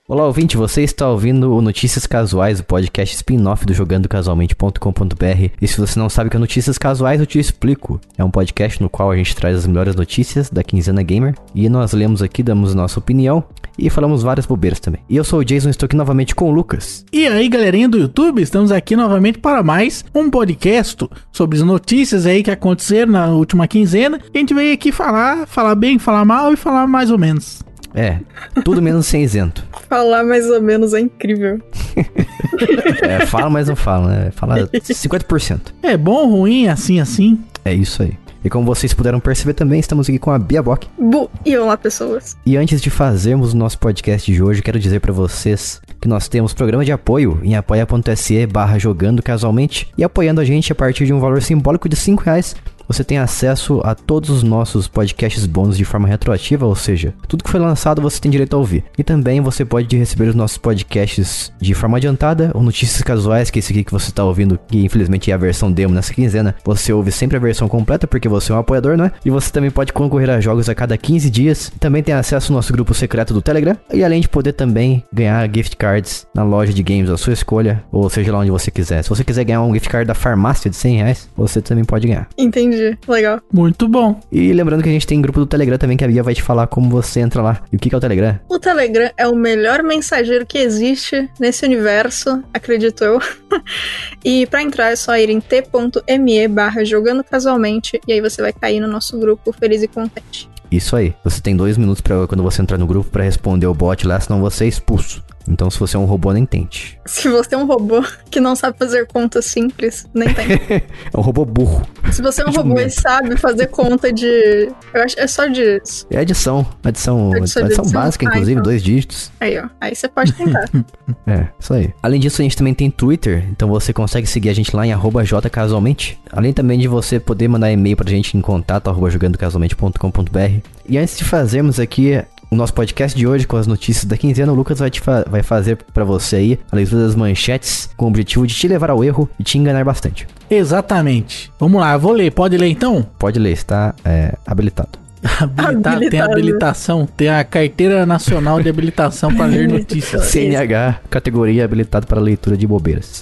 Olá, ouvinte, você está ouvindo o Notícias Casuais, o podcast spin-off do jogandocasualmente.com.br. E se você não sabe o que é Notícias Casuais, eu te explico. É um podcast no qual a gente traz as melhores notícias da quinzena gamer e nós lemos aqui, damos nossa opinião e falamos várias bobeiras também. E eu sou o Jason, estou aqui novamente com o Lucas. E aí, galerinha do YouTube, estamos aqui novamente para mais um podcast sobre as notícias aí que aconteceram na última quinzena. A gente veio aqui falar bem, falar mal e falar mais ou menos. É, tudo menos cinzento. Falar mais ou menos é incrível. Fala, mas não fala, né? Fala 50%. É bom, ruim, assim. É isso aí. E como vocês puderam perceber também, estamos aqui com a Bia Bock. E olá, pessoas. E antes de fazermos o nosso podcast de hoje, quero dizer pra vocês que nós temos programa de apoio em apoia.se/jogandocasualmente. E apoiando a gente a partir de um valor simbólico de R$5, você tem acesso a todos os nossos podcasts bônus de forma retroativa, ou seja, tudo que foi lançado você tem direito a ouvir. E também você pode receber os nossos podcasts de forma adiantada, ou Notícias Casuais, que é esse aqui que você está ouvindo, que infelizmente é a versão demo nessa quinzena. Você ouve sempre a versão completa, porque você é um apoiador, não é? E você também pode concorrer a jogos a cada 15 dias. Também tem acesso ao nosso grupo secreto do Telegram. E além de poder também ganhar gift cards na loja de games da sua escolha, ou seja lá onde você quiser. Se você quiser ganhar um gift card da farmácia de R$100, você também pode ganhar. Entendi. Legal. Muito bom. E lembrando que a gente tem grupo do Telegram também, que a Bia vai te falar como você entra lá. E o que é o Telegram? O Telegram é o melhor mensageiro que existe nesse universo, acredito eu. E pra entrar é só ir em t.me/jogandocasualmente e aí você vai cair no nosso grupo feliz e contente. Isso aí. Você tem 2 minutos pra, quando você entrar no grupo, pra responder o bot lá, senão você é expulso. Então, se você é um robô, nem tente. Se você é um robô que não sabe fazer conta simples, nem tem. É um robô burro. Se você é um robô e sabe fazer conta de... Eu acho que é só de... É adição básica, inclusive, então. 2 dígitos. Aí, ó. Aí você pode tentar. Isso aí. Além disso, a gente também tem Twitter. Então, você consegue seguir a gente lá em @jcasualmente. Além também de você poder mandar e-mail pra gente em contato, @jogandocasualmente.com.br. E antes de fazermos aqui o nosso podcast de hoje com as notícias da quinzena, o Lucas vai fazer pra você aí a leitura das manchetes com o objetivo de te levar ao erro e te enganar bastante. Exatamente. Vamos lá, vou ler. Pode ler então? Pode ler, está habilitado. Habilitado. Tem habilitação, tem a Carteira Nacional de Habilitação para ler notícias. CNH, categoria habilitado para leitura de bobeiras.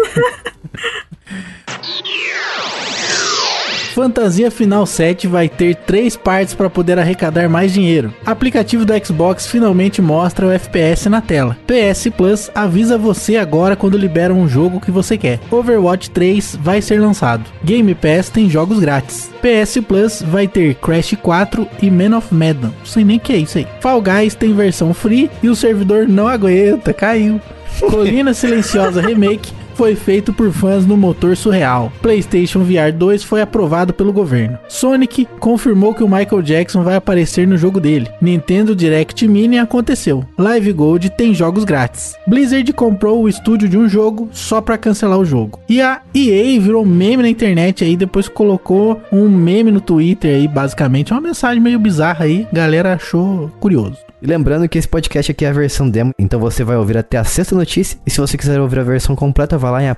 Fantasia Final 7 vai ter 3 partes para poder arrecadar mais dinheiro. Aplicativo do Xbox finalmente mostra o FPS na tela. PS Plus avisa você agora quando libera um jogo que você quer. Overwatch 3 vai ser lançado. Game Pass tem jogos grátis. PS Plus vai ter Crash 4 e Man of Medan. Não sei nem o que é isso aí. Fall Guys tem versão free e o servidor não aguenta, caiu. Colina Silenciosa Remake foi feito por fãs no motor surreal. PlayStation VR 2 foi aprovado pelo governo. Sonic confirmou que o Michael Jackson vai aparecer no jogo dele. Nintendo Direct Mini aconteceu. Live Gold tem jogos grátis. Blizzard comprou o estúdio de um jogo só pra cancelar o jogo. E a EA virou meme na internet aí, depois colocou um meme no Twitter aí, basicamente. Uma mensagem meio bizarra aí, galera achou curioso. E lembrando que esse podcast aqui é a versão demo, então você vai ouvir até a 6ª notícia. E se você quiser ouvir a versão completa, vai lá em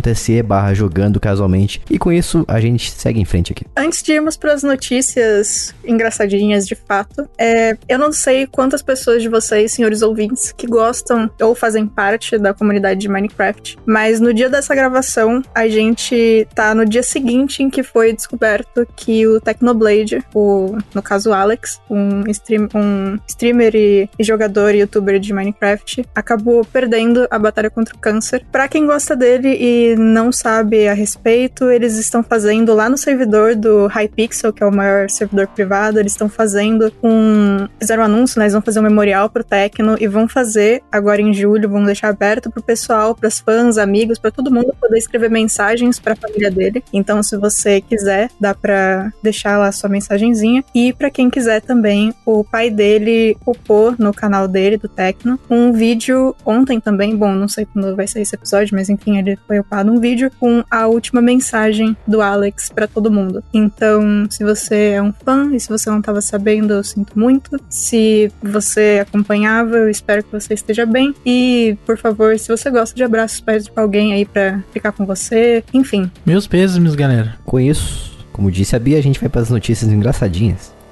apoia.se/jogandocasualmente. E com isso, a gente segue em frente aqui. Antes de irmos para as notícias engraçadinhas de fato, eu não sei quantas pessoas de vocês, senhores ouvintes, que gostam ou fazem parte da comunidade de Minecraft, mas no dia dessa gravação, a gente tá no dia seguinte em que foi descoberto que o Technoblade, no caso o Alex, um streamer e jogador e youtuber de Minecraft, acabou perdendo a batalha contra o câncer. Pra quem gosta dele e não sabe a respeito, eles estão fazendo lá no servidor do Hypixel, que é o maior servidor privado, eles estão fazendo fizeram um anúncio, né? Eles vão fazer um memorial pro Tecno e vão fazer agora em julho, vão deixar aberto pro pessoal, pros fãs, amigos, pra todo mundo poder escrever mensagens pra família dele. Então, se você quiser, dá pra deixar lá sua mensagenzinha. E pra quem quiser também, o pai dele upou no canal dele, do Tecno, um vídeo ontem também, bom, não sei quando vai sair esse episódio, mas enfim, ele foi upado um vídeo com a última mensagem do Alex pra todo mundo. Então, se você é um fã e se você não tava sabendo, eu sinto muito. Se você acompanhava, eu espero que você esteja bem. E, por favor, se você gosta de abraços, pede pra alguém aí pra ficar com você. Enfim. Meus pêsames, galera. Com isso, como disse a Bia, a gente vai para as notícias engraçadinhas.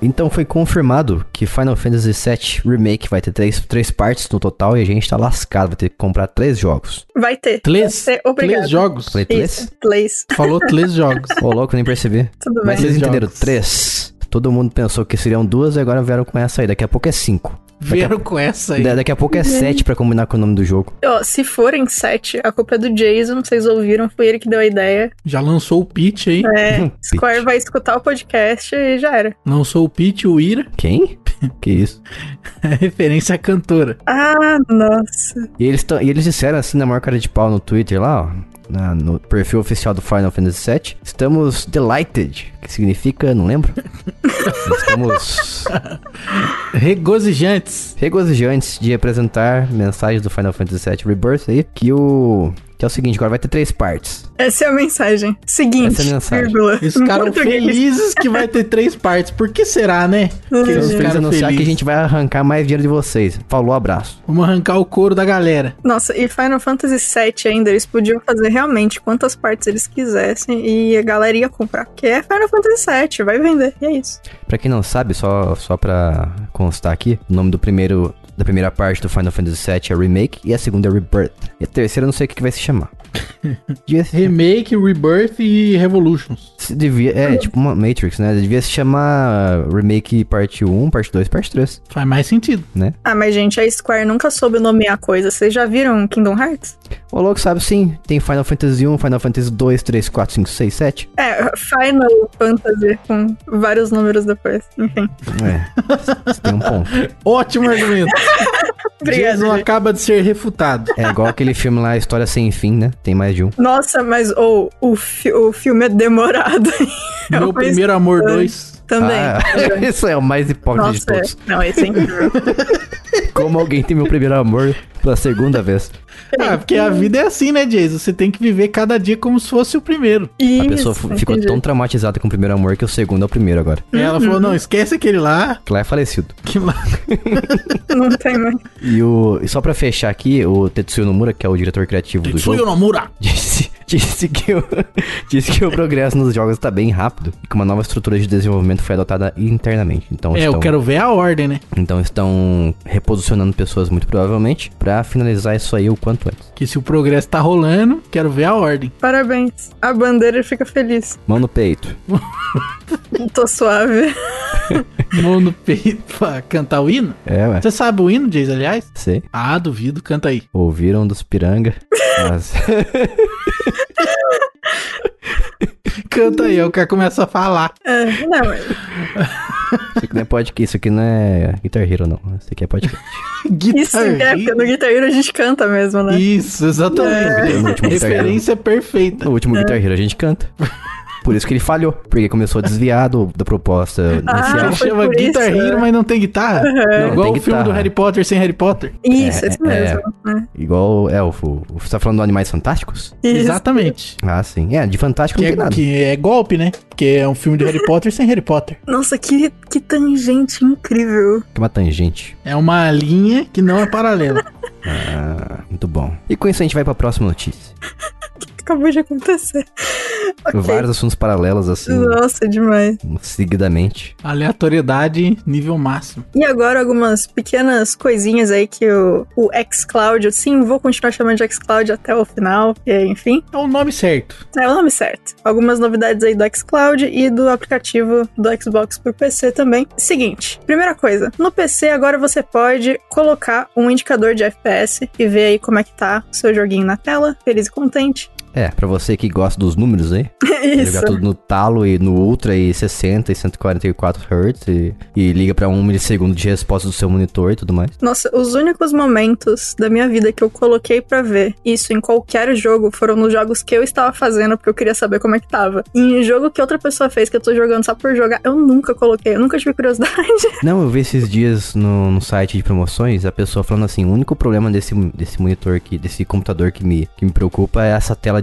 Então foi confirmado que Final Fantasy VII Remake vai ter três partes no total e a gente tá lascado, vai ter que comprar 3 jogos. Vai ter. Obrigado. 3 jogos. Falei 3? 3. Falou 3 jogos. Ô, louco, nem percebi. Tudo Mas bem. vocês 3 entenderam? jogos. 3. Todo mundo pensou que seriam 2 e agora vieram com essa aí. Daqui a pouco é 5. Vieram com essa aí. Daqui a pouco é 7 pra combinar com o nome do jogo. Ó, se forem 7, a culpa é do Jason, vocês ouviram, foi ele que deu a ideia. Já lançou o pitch aí. É, Square vai escutar o podcast e já era. Lançou o pitch, o Ira. Quem? Que isso? É referência à cantora. Ah, nossa. E eles disseram assim na maior cara de pau no Twitter lá, ó. No perfil oficial do Final Fantasy VII. Estamos delighted, que significa, não lembro. Estamos Regozijantes. regozijantes de apresentar mensagens do Final Fantasy VII Rebirth aí, que é o seguinte, agora vai ter 3 partes. Essa é a mensagem. Seguinte, Essa é a mensagem. vírgula. Eles Em ficaram português. felizes que vai ter 3 partes. Por que será, né? Que Eles eles felizes ficaram anunciar felizes. que a gente vai arrancar mais dinheiro de vocês. Falou, abraço. Vamos arrancar o couro da galera. Nossa, e Final Fantasy VII ainda, eles podiam fazer realmente quantas partes eles quisessem e a galera ia comprar. Porque é Final Fantasy VII, vai vender, e é isso. Pra quem não sabe, só pra constar aqui, o nome da primeira parte do Final Fantasy VII é Remake e a segunda é Rebirth. E a terceira eu não sei o que vai se chamar. Remake, Rebirth e Revolutions. Tipo uma Matrix, né? Devia se chamar Remake parte 1, parte 2, parte 3, Faz mais sentido. né? Ah, mas gente, a Square nunca soube nomear coisa. Vocês já viram Kingdom Hearts? O louco sabe sim, tem Final Fantasy 1, Final Fantasy 2, 3, 4, 5, 6, 7. É, Final Fantasy, com vários números depois. Enfim. Você tem um ponto. Ótimo argumento. Obrigada, Jason gente. acaba de ser refutado. É igual aquele filme lá, História Sem Fim, né? Tem mais de um. Nossa, mas o filme é demorado. É Meu uma primeiro amor 2. Também. Ah, isso é o mais hipócrita de Nossa, todos. não, esse é incrível. Como alguém tem meu primeiro amor pela segunda vez. Ah, porque a vida é assim, né, Jason? Você tem que viver cada dia como se fosse o primeiro. Isso, A pessoa ficou entendi. tão traumatizada com o primeiro amor que o segundo é o primeiro agora. E ela falou, não, esquece aquele lá. Que lá é falecido. Que lá... Não tem mais. E só pra fechar aqui, o Tetsuya Nomura, que é o diretor criativo do Tetsuya jogo, Nomura. disse que o progresso nos jogos tá bem rápido e que uma nova estrutura de desenvolvimento foi adotada internamente. Então Eu quero ver a ordem, né? Então estão reposicionando pessoas muito provavelmente pra finalizar isso aí o quanto antes. Que se o progresso tá rolando, quero ver a ordem. Parabéns. A bandeira fica feliz. Mão no peito. Tô suave. Mão no peito pra cantar o hino. É, ué. Você sabe o hino, Jason, aliás? Sei. Ah, duvido, canta aí. Ouviram dos piranga. Mas... Canta aí, o cara começa a falar. É, não, mas... Isso aqui não é podcast, isso aqui não é Guitar Hero, não. Isso aqui é podcast. Isso é, porque no Guitar Hero a gente canta mesmo, né? Isso, exatamente. No último Guitar Hero. Referência perfeita. No último Guitar Hero a gente canta. Por isso que ele falhou, porque começou a desviar da proposta inicial. foi Chama por Guitar isso, Hero, mas não tem guitarra. Não, Igual tem o filme guitarra. do Harry Potter sem Harry Potter. Isso, esse mesmo. né? Igual você tá falando do Animais Fantásticos? Isso. Exatamente. Ah, sim. De fantástico não tem nada. Que é golpe, né? Que é um filme de Harry Potter sem Harry Potter. Nossa, que tangente incrível. Que é uma tangente. É uma linha que não é paralela. Ah, muito bom. E com isso a gente vai pra próxima notícia. Acabou de acontecer. Ok. Vários assuntos paralelos, assim, Nossa, demais. seguidamente. Aleatoriedade nível máximo. E agora algumas pequenas coisinhas aí que o xCloud, sim, vou continuar chamando de xCloud até o final, e enfim. É o nome certo. É o nome certo. Algumas novidades aí do xCloud e do aplicativo do Xbox por PC também. Seguinte, primeira coisa, no PC agora você pode colocar um indicador de FPS e ver aí como é que tá o seu joguinho na tela, feliz e contente. Pra você que gosta dos números aí, Isso. jogar tudo no talo e no Ultra e 60 e 144 Hz e liga pra 1 milissegundo de resposta do seu monitor e tudo mais. Nossa, os únicos momentos da minha vida que eu coloquei pra ver isso em qualquer jogo foram nos jogos que eu estava fazendo, porque eu queria saber como é que tava. E em jogo que outra pessoa fez, que eu tô jogando só por jogar, eu nunca coloquei, eu nunca tive curiosidade. Não, eu vi esses dias no site de promoções, a pessoa falando assim, o único problema desse monitor aqui, desse computador que me preocupa é essa tela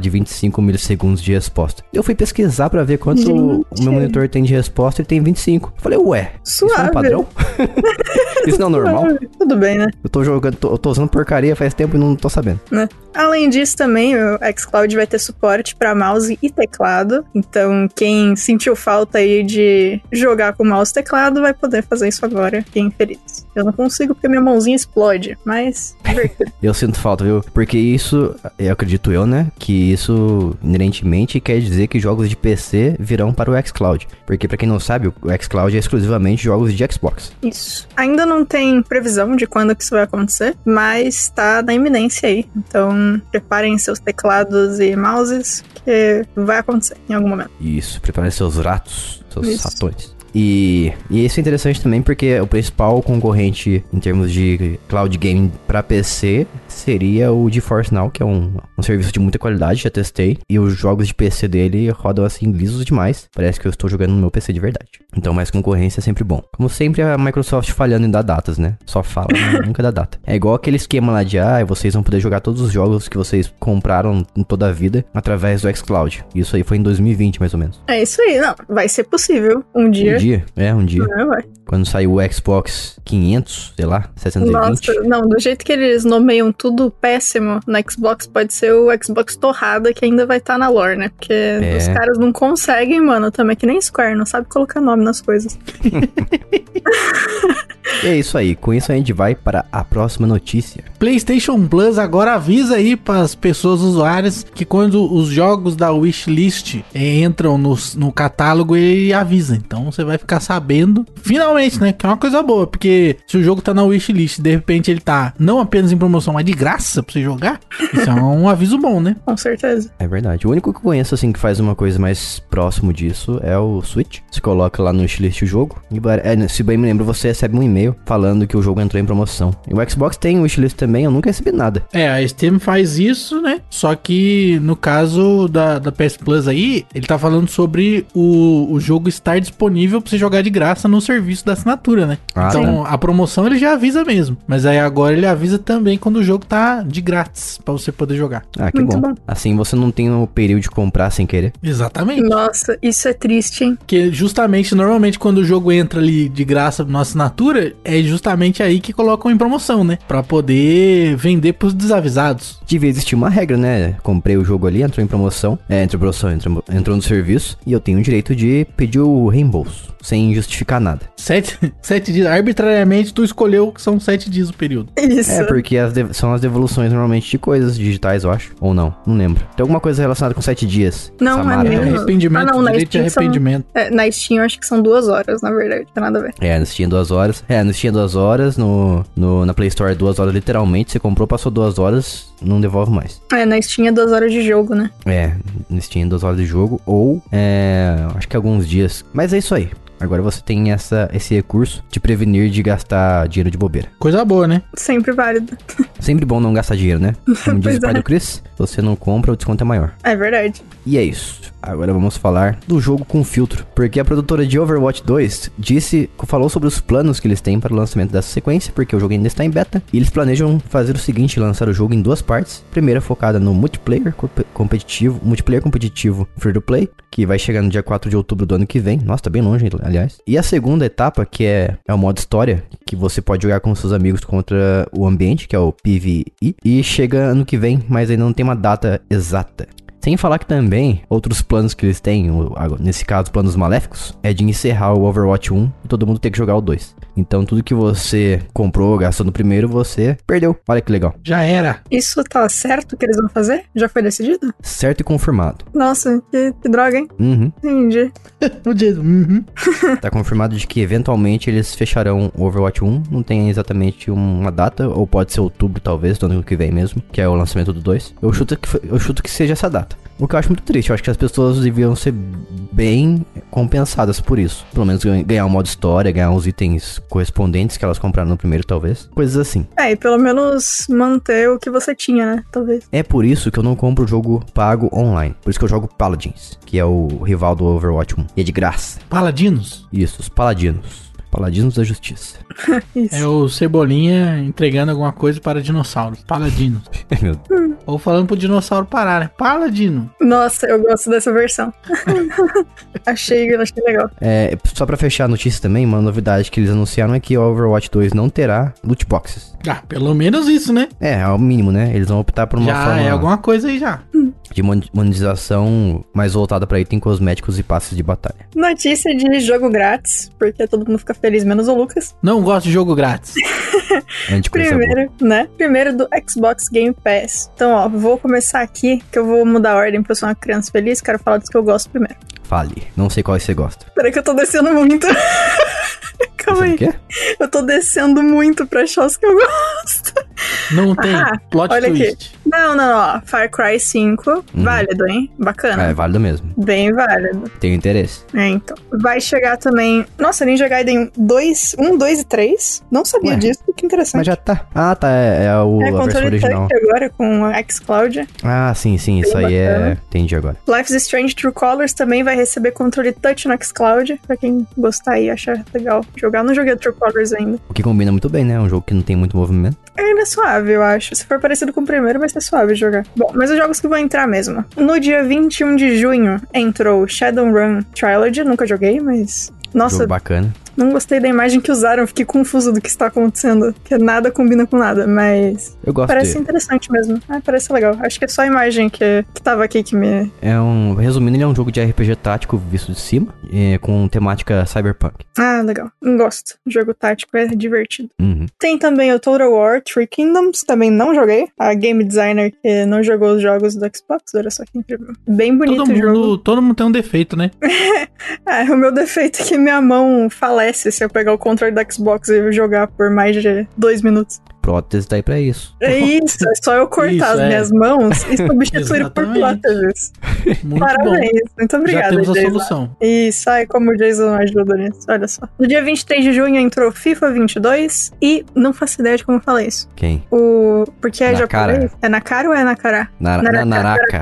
de 25 milissegundos de resposta. Eu fui pesquisar pra ver quanto o meu monitor tem de resposta, ele tem 25. Falei, ué, suave. Isso não é padrão? Isso não é normal? Tudo bem, né? Eu tô jogando, eu tô usando porcaria faz tempo e não tô sabendo. Né? Além disso, também, o xCloud vai ter suporte para mouse e teclado. Então, quem sentiu falta aí de jogar com mouse e teclado vai poder fazer isso agora. Fiquem felizes. Eu não consigo porque minha mãozinha explode, mas divertido. Eu sinto falta, viu? Porque isso, eu acredito eu, né? Que isso, inerentemente, quer dizer que jogos de PC virão para o xCloud. Porque, pra quem não sabe, o xCloud é exclusivamente jogos de Xbox. Isso. Ainda não tem previsão de quando que isso vai acontecer, mas tá na iminência aí. Então, preparem seus teclados e mouses, que vai acontecer em algum momento. Isso, preparem seus ratos, seus Isso. ratões. E isso é interessante também porque o principal concorrente em termos de cloud gaming para PC seria o GeForce Now, que é um serviço de muita qualidade, já testei. E os jogos de PC dele rodam assim lisos demais. Parece que eu estou jogando no meu PC de verdade. Então mais concorrência é sempre bom. Como sempre a Microsoft falhando em dar datas, né? Só fala, nunca dá data. É igual aquele esquema lá de, vocês vão poder jogar todos os jogos que vocês compraram em toda a vida através do xCloud. Isso aí foi em 2020 mais ou menos. É isso aí, não. Vai ser possível um dia. Um dia. Vai. Quando saiu o Xbox 500, sei lá, 720. Nossa, não, do jeito que eles nomeiam tudo péssimo no Xbox, pode ser o Xbox torrada que ainda vai estar na lore, né? Porque os caras não conseguem, mano, também que nem Square, não sabe colocar nome nas coisas. É isso aí, com isso a gente vai para a próxima notícia. PlayStation Plus agora avisa aí para as pessoas usuárias que quando os jogos da wishlist entram no catálogo, ele avisa. Então você vai ficar sabendo, finalmente, né? Que é uma coisa boa, porque se o jogo tá na wishlist, de repente ele tá não apenas em promoção, mas de graça pra você jogar, isso é um aviso bom, né? Com certeza. É verdade. O único que eu conheço, assim, que faz uma coisa mais próximo disso é o Switch. Você coloca lá no wishlist o jogo e, se bem me lembro, você recebe um e-mail falando que o jogo entrou em promoção. E o Xbox tem um wishlist também, eu nunca recebi nada. A Steam faz isso, né? Só que no caso da PS Plus aí, ele tá falando sobre o jogo estar disponível pra você jogar de graça no serviço da assinatura, né? Então, a promoção ele já avisa mesmo. Mas aí agora ele avisa também quando o jogo tá de grátis pra você poder jogar. Que bom. Assim você não tem o período de comprar sem querer. Exatamente. Nossa, isso é triste, hein? Que justamente, normalmente, quando o jogo entra ali de graça na assinatura, é justamente aí que colocam em promoção, né? Pra poder vender pros desavisados. Devia existir uma regra, né? Comprei o jogo ali, entrou em promoção. Entrou no serviço. E eu tenho o direito de pedir o reembolso, sem justificar nada. 7 dias. Arbitrariamente, tu escolheu que são 7 dias o período. Isso. É, porque são as devoluções normalmente de coisas digitais, eu acho. Ou não lembro. Tem alguma coisa relacionada com 7 dias. Não, Samara. é mesmo. Arrependimento, na direito de Steam arrependimento. na Steam eu acho que são 2 horas, na verdade. Não tem nada a ver. No Steam 2 horas. No Steam 2 horas. Na Play Store 2 horas, literalmente. Você comprou, passou 2 horas, não devolve mais. Na Steam é 2 horas de jogo, né? No Steam 2 horas de jogo. Ou, acho que alguns dias. Mas é isso aí. Agora você tem esse recurso de prevenir de gastar dinheiro de bobeira. Coisa boa, né? Sempre válido. Sempre bom não gastar dinheiro, né? Como diz o pai Pois é. do Chris, se você não compra, o desconto é maior. É verdade. E é isso. Agora vamos falar do jogo com filtro. Porque a produtora de Overwatch 2 falou sobre os planos que eles têm para o lançamento dessa sequência, porque o jogo ainda está em beta. E eles planejam fazer o seguinte, lançar o jogo em 2 partes. Primeira focada no multiplayer competitivo free to play, que vai chegar no dia 4 de outubro do ano que vem. Nossa, tá bem longe, aliás. E a segunda etapa, que é o modo história, que você pode jogar com seus amigos contra o ambiente, que é o PvE. E chega ano que vem, mas ainda não tem uma data exata. Sem falar que também, outros planos que eles têm, nesse caso, planos maléficos, é de encerrar o Overwatch 1 e todo mundo ter que jogar o 2. Então, tudo que você comprou, gastou no primeiro, você perdeu. Olha que legal. Já era. Isso tá certo que eles vão fazer? Já foi decidido? Certo e confirmado. Nossa, que droga, hein? Entendi. No dia. Tá confirmado de que, eventualmente, eles fecharão o Overwatch 1. Não tem exatamente uma data, ou pode ser outubro, talvez, do ano que vem mesmo, que é o lançamento do 2. Eu chuto que seja essa data. O que eu acho muito triste, eu acho que as pessoas deviam ser bem compensadas por isso. Pelo menos ganhar um modo história, ganhar os itens correspondentes que elas compraram no primeiro, talvez. Coisas assim. E pelo menos manter o que você tinha, né? Talvez. É por isso que eu não compro o jogo pago online. Por isso que eu jogo Paladins, que é o rival do Overwatch 1. E é de graça. Paladinos? Isso, os Paladinos. Paladinos da Justiça. Isso. É o Cebolinha entregando alguma coisa para dinossauros. Paladinos. Meu Deus. Ou falando pro dinossauro parar, né? Paladino. Nossa, eu gosto dessa versão. achei legal. Só pra fechar a notícia também, uma novidade que eles anunciaram é que o Overwatch 2 não terá loot boxes. Pelo menos isso, né? Ao mínimo, né? Eles vão optar por uma forma... Já é alguma coisa aí já. De monetização mais voltada pra item cosméticos e passes de batalha. Notícia de jogo grátis, porque todo mundo fica feliz, menos o Lucas. Não gosto de jogo grátis. Primeiro do Xbox Game Pass. Então, ó, vou começar aqui, que eu vou mudar a ordem porque eu sou uma criança feliz, quero falar dos que eu gosto primeiro. Fale, não sei qual você gosta. Peraí que eu tô descendo muito. Calma aí. Eu tô descendo muito pra achar os que eu gosto. Não tem plot olha twist. Aqui. Não, ó. Far Cry 5, válido, hein? Bacana. É válido mesmo. Bem válido. Tenho interesse. Então. Vai chegar também... Nossa, Ninja Gaiden 2, 1, 2 e 3. Não sabia disso, que interessante. Mas já tá. Tá, é a versão original. Agora com a xCloud. Sim, isso aí bacana. Entendi agora. Life is Strange True Colors também vai receber controle touch no xCloud, pra quem gostar e achar legal jogar. Eu não joguei True Colors ainda. O que combina muito bem, né? É um jogo que não tem muito movimento. Ainda é suave, eu acho. Se for parecido com o primeiro, vai ser suave jogar. Bom, mas os jogos que vão entrar mesmo. No dia 21 de junho, entrou Shadowrun Trilogy. Nunca joguei, mas... Nossa, jogo bacana. Não gostei da imagem que usaram, fiquei confuso do que está acontecendo, que nada combina com nada, mas eu gosto parece interessante mesmo. Parece legal. Acho que é só a imagem que tava aqui que me... Resumindo, ele é um jogo de RPG tático visto de cima, com temática cyberpunk. Legal. Gosto. O jogo tático é divertido. Uhum. Tem também o Total War Three Kingdoms, também não joguei. A game designer que não jogou os jogos do Xbox, olha só que incrível. Bem bonito o jogo. Todo mundo tem um defeito, né? O meu defeito é que minha mão falece se eu pegar o controle do Xbox e jogar por mais de 2 minutos. Prótese tá aí pra isso. É isso, é só eu cortar as minhas mãos e substituir por próteses. Muito Parabéns, bom. Muito obrigada, Já temos Jason. a solução. Isso, como o Jason ajuda nisso, olha só. No dia 23 de junho entrou FIFA 22 e não faço ideia de como falar isso. Quem? Porque é japonês? É na cara ou é na cara? Naraka.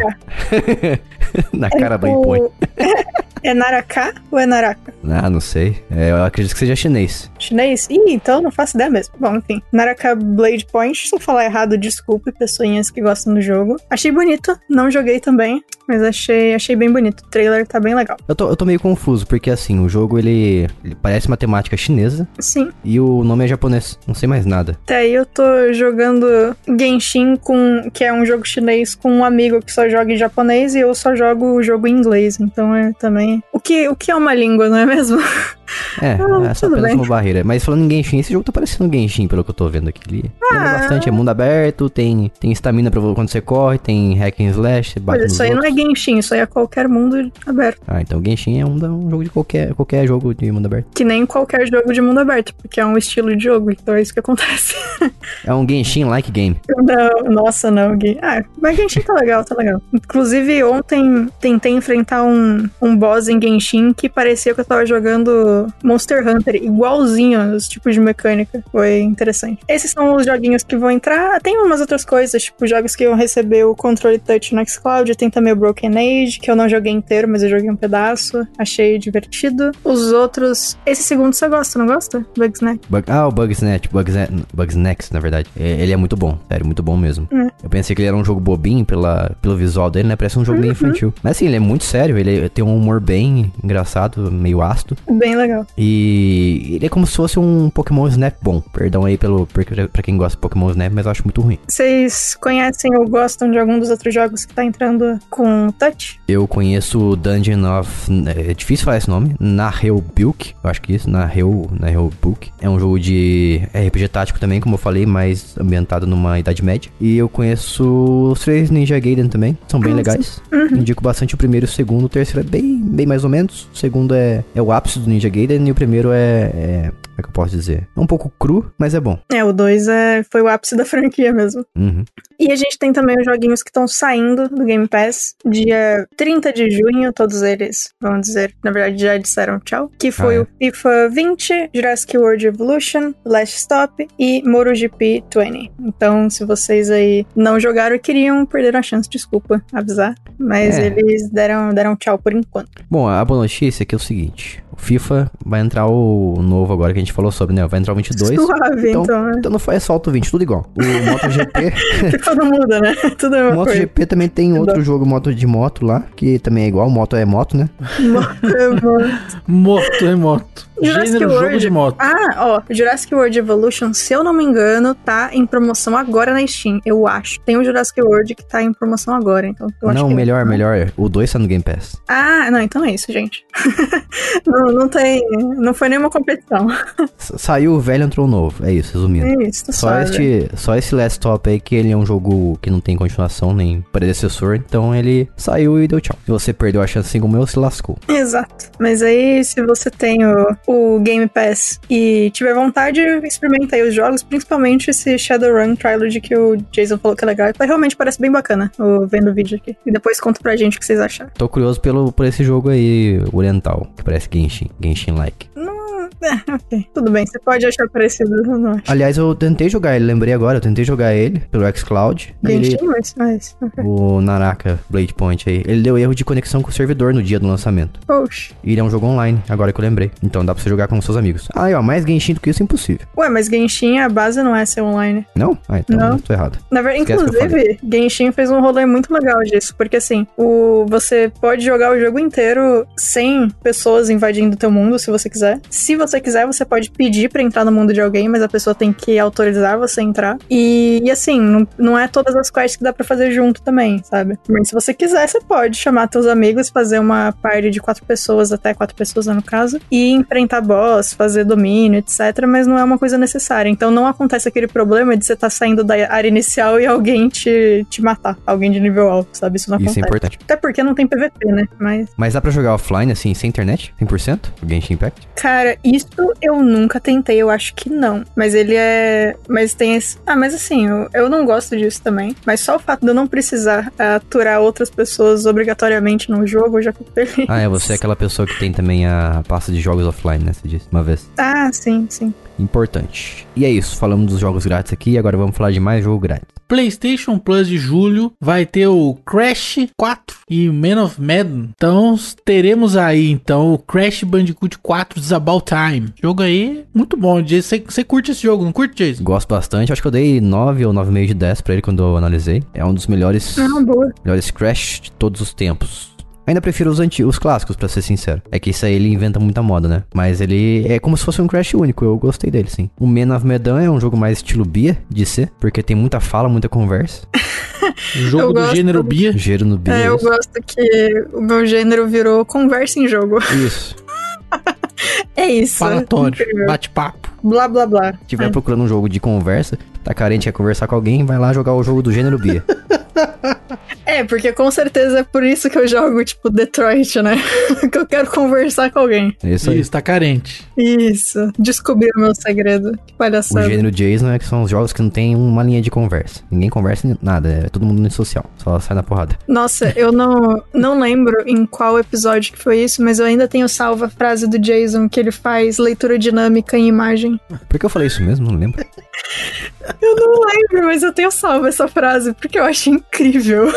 Na cara do impõe. É Naraka ou é Naraka? Não sei. Eu acredito que seja chinês. Chinês? Então não faço ideia mesmo. Bom, enfim. Naraka Blade Point. Se eu falar errado, desculpe, pessoinhas que gostam do jogo. Achei bonito. Não joguei também, mas achei bem bonito. O trailer tá bem legal. Eu tô meio confuso, porque assim, o jogo ele parece uma temática chinesa. Sim. E o nome é japonês. Não sei mais nada. Até aí eu tô jogando Genshin, que é um jogo chinês, com um amigo que só joga em japonês e eu só jogo o jogo em inglês. Então é também... O que é uma língua, não é mesmo? É só apenas uma barreira. Mas falando em Genshin, esse jogo tá parecendo Genshin, pelo que eu tô vendo aqui. Ele lembra bastante, é mundo aberto, tem estamina pra quando você corre, tem hack and slash, você bate nos isso aí outros. Não é Genshin, isso aí é qualquer mundo aberto. Então Genshin é um jogo de qualquer jogo de mundo aberto. Que nem qualquer jogo de mundo aberto, porque é um estilo de jogo, então é isso que acontece. É um Genshin-like game. Não, nossa, não. Mas Genshin tá legal. Inclusive, ontem tentei enfrentar um boss em Genshin que parecia que eu tava jogando Monster Hunter, igualzinho os tipos de mecânica. Foi interessante. Esses são os joguinhos que vão entrar. Tem umas outras coisas, tipo jogos que vão receber o controle touch no xCloud. Tem também o Broken Age, que eu não joguei inteiro, mas eu joguei um pedaço. Achei divertido. Os outros... Esse segundo você gosta, não gosta? Bugsnax. O Bugsnax, na verdade. Ele é muito bom, sério, muito bom mesmo. Eu pensei que ele era um jogo bobinho pelo visual dele, né? Parece um jogo bem infantil. Mas assim, ele é muito sério, ele tem um humor bem engraçado, meio ácido. Bem legal. E ele é como se fosse um Pokémon Snap bom. Perdão aí pra quem gosta de Pokémon Snap, mas eu acho muito ruim. Vocês conhecem ou gostam de algum dos outros jogos que tá entrando com touch? Eu conheço o Dungeon of... É difícil falar esse nome. Naheulbeuk. Eu acho que isso. Naheulbeuk. É um jogo de RPG tático também, como eu falei, mais ambientado numa Idade Média. E eu conheço os 3 Ninja Gaiden também. São bem legais. Indico bastante o primeiro e o segundo. O terceiro é bem mais ou menos. O segundo é o ápice do Ninja Gaiden. E o primeiro como é que eu posso dizer? É um pouco cru, mas é bom. O 2 foi o ápice da franquia mesmo. E a gente tem também os joguinhos que estão saindo do Game Pass. Dia 30 de junho, todos eles vão dizer, na verdade já disseram tchau. Que foi o FIFA 20, Jurassic World Evolution, Last Stop e MotoGP 20. Então, se vocês aí não jogaram e queriam, perderam a chance, desculpa avisar. Mas eles deram tchau por enquanto. Bom, a boa notícia é que é o seguinte. O FIFA vai entrar o novo agora que a gente gente falou sobre, né? Vai entrar o 22. Suave, então, né? Então não é só o 20, tudo igual. O MotoGP... Tudo muda, né? Tudo é O uma MotoGP também tem outro jogo de moto lá, que também é igual. Moto é moto, né? Moto é moto. Jurassic Gênero World. jogo de moto. Jurassic World Evolution, se eu não me engano, tá em promoção agora na Steam, eu acho. Tem o Jurassic World que tá em promoção agora, então eu acho Não, que... melhor. O 2 tá no Game Pass. Não, então é isso, gente. Não foi nenhuma competição. Saiu o velho, entrou o novo. É isso, resumindo. É isso, tá Só esse Last Stop aí, que ele é um jogo que não tem continuação nem predecessor, então ele saiu e deu tchau. Se você perdeu a chance assim como eu, se lascou. Exato. Mas aí, se você tem o Game Pass e tiver vontade, experimenta aí os jogos, principalmente esse Shadowrun Trilogy que o Jason falou que é legal. Realmente parece bem bacana, vendo o vídeo aqui. E depois conta pra gente o que vocês acharam. Tô curioso por esse jogo aí, oriental, que parece Genshin-like. Ok. Tudo bem, você pode achar parecido, eu não acho. Aliás, eu tentei jogar ele, lembrei agora, eu tentei jogar ele pelo xCloud. Genshin, mas ok. O Naraka Blade Point aí, ele deu erro de conexão com o servidor no dia do lançamento. Oxi. E ele é um jogo online, agora que eu lembrei. Então dá pra você jogar com seus amigos. Aí, ó, mais Genshin do que isso é impossível. Ué, mas Genshin, a base não é ser online. Não? Então Não. eu tô errado. Na verdade, Esquece que eu inclusive, Genshin fez um rolê muito legal disso, porque assim, você pode jogar o jogo inteiro sem pessoas invadindo o teu mundo, se você quiser. Se você quiser, você pode pedir pra entrar no mundo de alguém, mas a pessoa tem que autorizar você a entrar. E assim, não é todas as quests que dá pra fazer junto também, sabe? Mas se você quiser, você pode chamar teus amigos, fazer uma party de 4 pessoas, até 4 pessoas no caso, e enfrentar boss, fazer domínio, etc, mas não é uma coisa necessária. Então não acontece aquele problema de você estar saindo da área inicial e alguém te matar, alguém de nível alto, sabe? Isso não acontece. Isso é importante. Até porque não tem PVP, né? Mas dá pra jogar offline, assim, sem internet? 100%? O Genshin Impact? Cara, isso eu nunca tentei, eu acho que não. Mas ele é... Mas tem esse... mas assim, eu não gosto disso também. Mas só o fato de eu não precisar aturar outras pessoas obrigatoriamente no jogo, eu já fico feliz. Você é aquela pessoa que tem também a pasta de jogos offline, né? Você disse uma vez. Sim. Importante. E é isso, falamos dos jogos grátis aqui, agora vamos falar de mais jogo grátis. PlayStation Plus de julho vai ter o Crash 4 e Man of Madden. Então teremos aí então o Crash Bandicoot 4 It's About Time. Jogo aí muito bom. Você curte esse jogo, não curte, Jason? Gosto bastante. Acho que eu dei 9 ou 9,5 de 10 pra ele quando eu analisei. É um dos melhores Crash de todos os tempos. Ainda prefiro os clássicos, pra ser sincero. É que isso aí ele inventa muita moda, né? Mas ele é como se fosse um Crash único. Eu gostei dele, sim. O Man of Medan é um jogo mais estilo Bia de ser, porque tem muita fala, muita conversa. Jogo do gênero Bia. Gênero no Bia. Eu gosto que o meu gênero virou conversa em jogo. Isso. É isso. Falatório, bate-papo. Blá, blá, blá. Se tiver procurando um jogo de conversa, tá carente, quer conversar com alguém, vai lá jogar o jogo do gênero Bia. Porque com certeza é por isso que eu jogo, tipo, Detroit, né? Que eu quero conversar com alguém. É isso aí. Isso, tá carente. Isso. Descobrir o meu segredo. Que palhaçada. O gênero Jason é que são os jogos que não tem uma linha de conversa. Ninguém conversa nada, é todo mundo no social. Só sai na porrada. Nossa, eu não lembro em qual episódio que foi isso, mas eu ainda tenho salva a frase do Jason que ele faz leitura dinâmica em imagem. Por que eu falei isso mesmo? Não lembro. Eu não lembro, mas eu tenho salvo essa frase, porque eu acho incrível.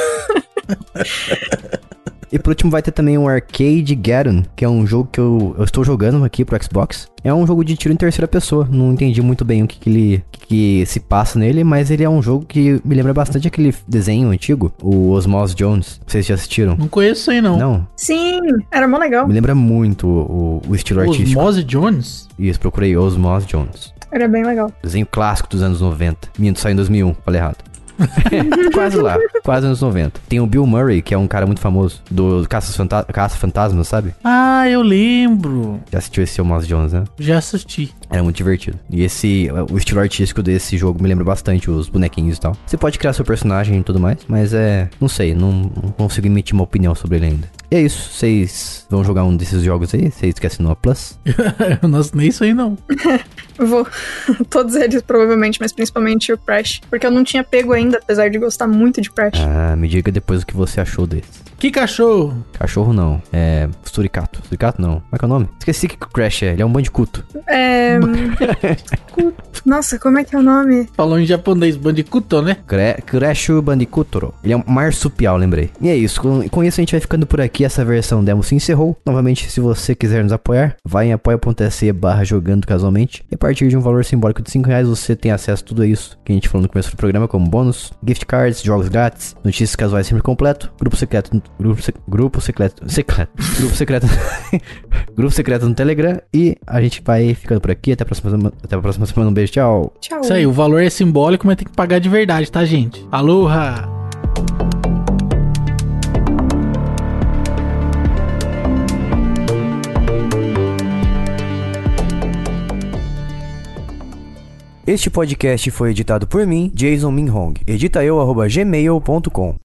E por último vai ter também o Arcade Gathon, que é um jogo que eu estou jogando aqui pro Xbox. É um jogo de tiro em terceira pessoa. Não entendi muito bem o que se passa nele, mas ele é um jogo que me lembra bastante aquele desenho antigo, o Osmose Jones. Vocês já assistiram? Não conheço aí, não. Não? Sim, era mó legal. Me lembra muito o estilo artístico. Osmose Jones? Isso, procurei Osmose Jones. Era bem legal. Desenho clássico dos anos 90. Minto, saiu em 2001, falei errado. Quase lá, quase anos 90. Tem o Bill Murray, que é um cara muito famoso do Caça-Fantasmas, sabe? Ah, eu lembro. Já assistiu esse Osmose Jones, né? Já assisti. Era muito divertido. E o estilo artístico desse jogo me lembra bastante os bonequinhos e tal. Você pode criar seu personagem e tudo mais, mas não sei, não consigo emitir uma opinião sobre ele ainda. E é isso, vocês vão jogar um desses jogos aí? Vocês que assinam a Plus? Eu não assinei isso aí, não. Vou. Todos eles, provavelmente, mas principalmente o Crash. Porque eu não tinha pego ainda, apesar de gostar muito de Crash. Me diga depois o que você achou desse. Que cachorro? Cachorro não, é Suricato. Suricato não, como é que é o nome? Esqueci que o Crash é, ele é um bandicoot. Nossa, como é que é o nome? Falou em japonês, Bandicoot, né? Crash Bandicoot. Ele é um marsupial, lembrei. E é isso, com isso a gente vai ficando por aqui. Essa versão demo se encerrou. Novamente, se você quiser nos apoiar, vai em apoia.se/jogando casualmente. E a partir de um valor simbólico de R$5, você tem acesso a tudo isso que a gente falou no começo do programa, como bônus, gift cards, jogos grátis, notícias casuais sempre completo, grupo secreto no Telegram. E a gente vai ficando por aqui. Até a próxima semana. Um beijo, tchau. Tchau. Isso aí, o valor é simbólico, mas tem que pagar de verdade, tá, gente? Aloha! Este podcast foi editado por mim, Jason Minhong. Edita eu, @gmail.com.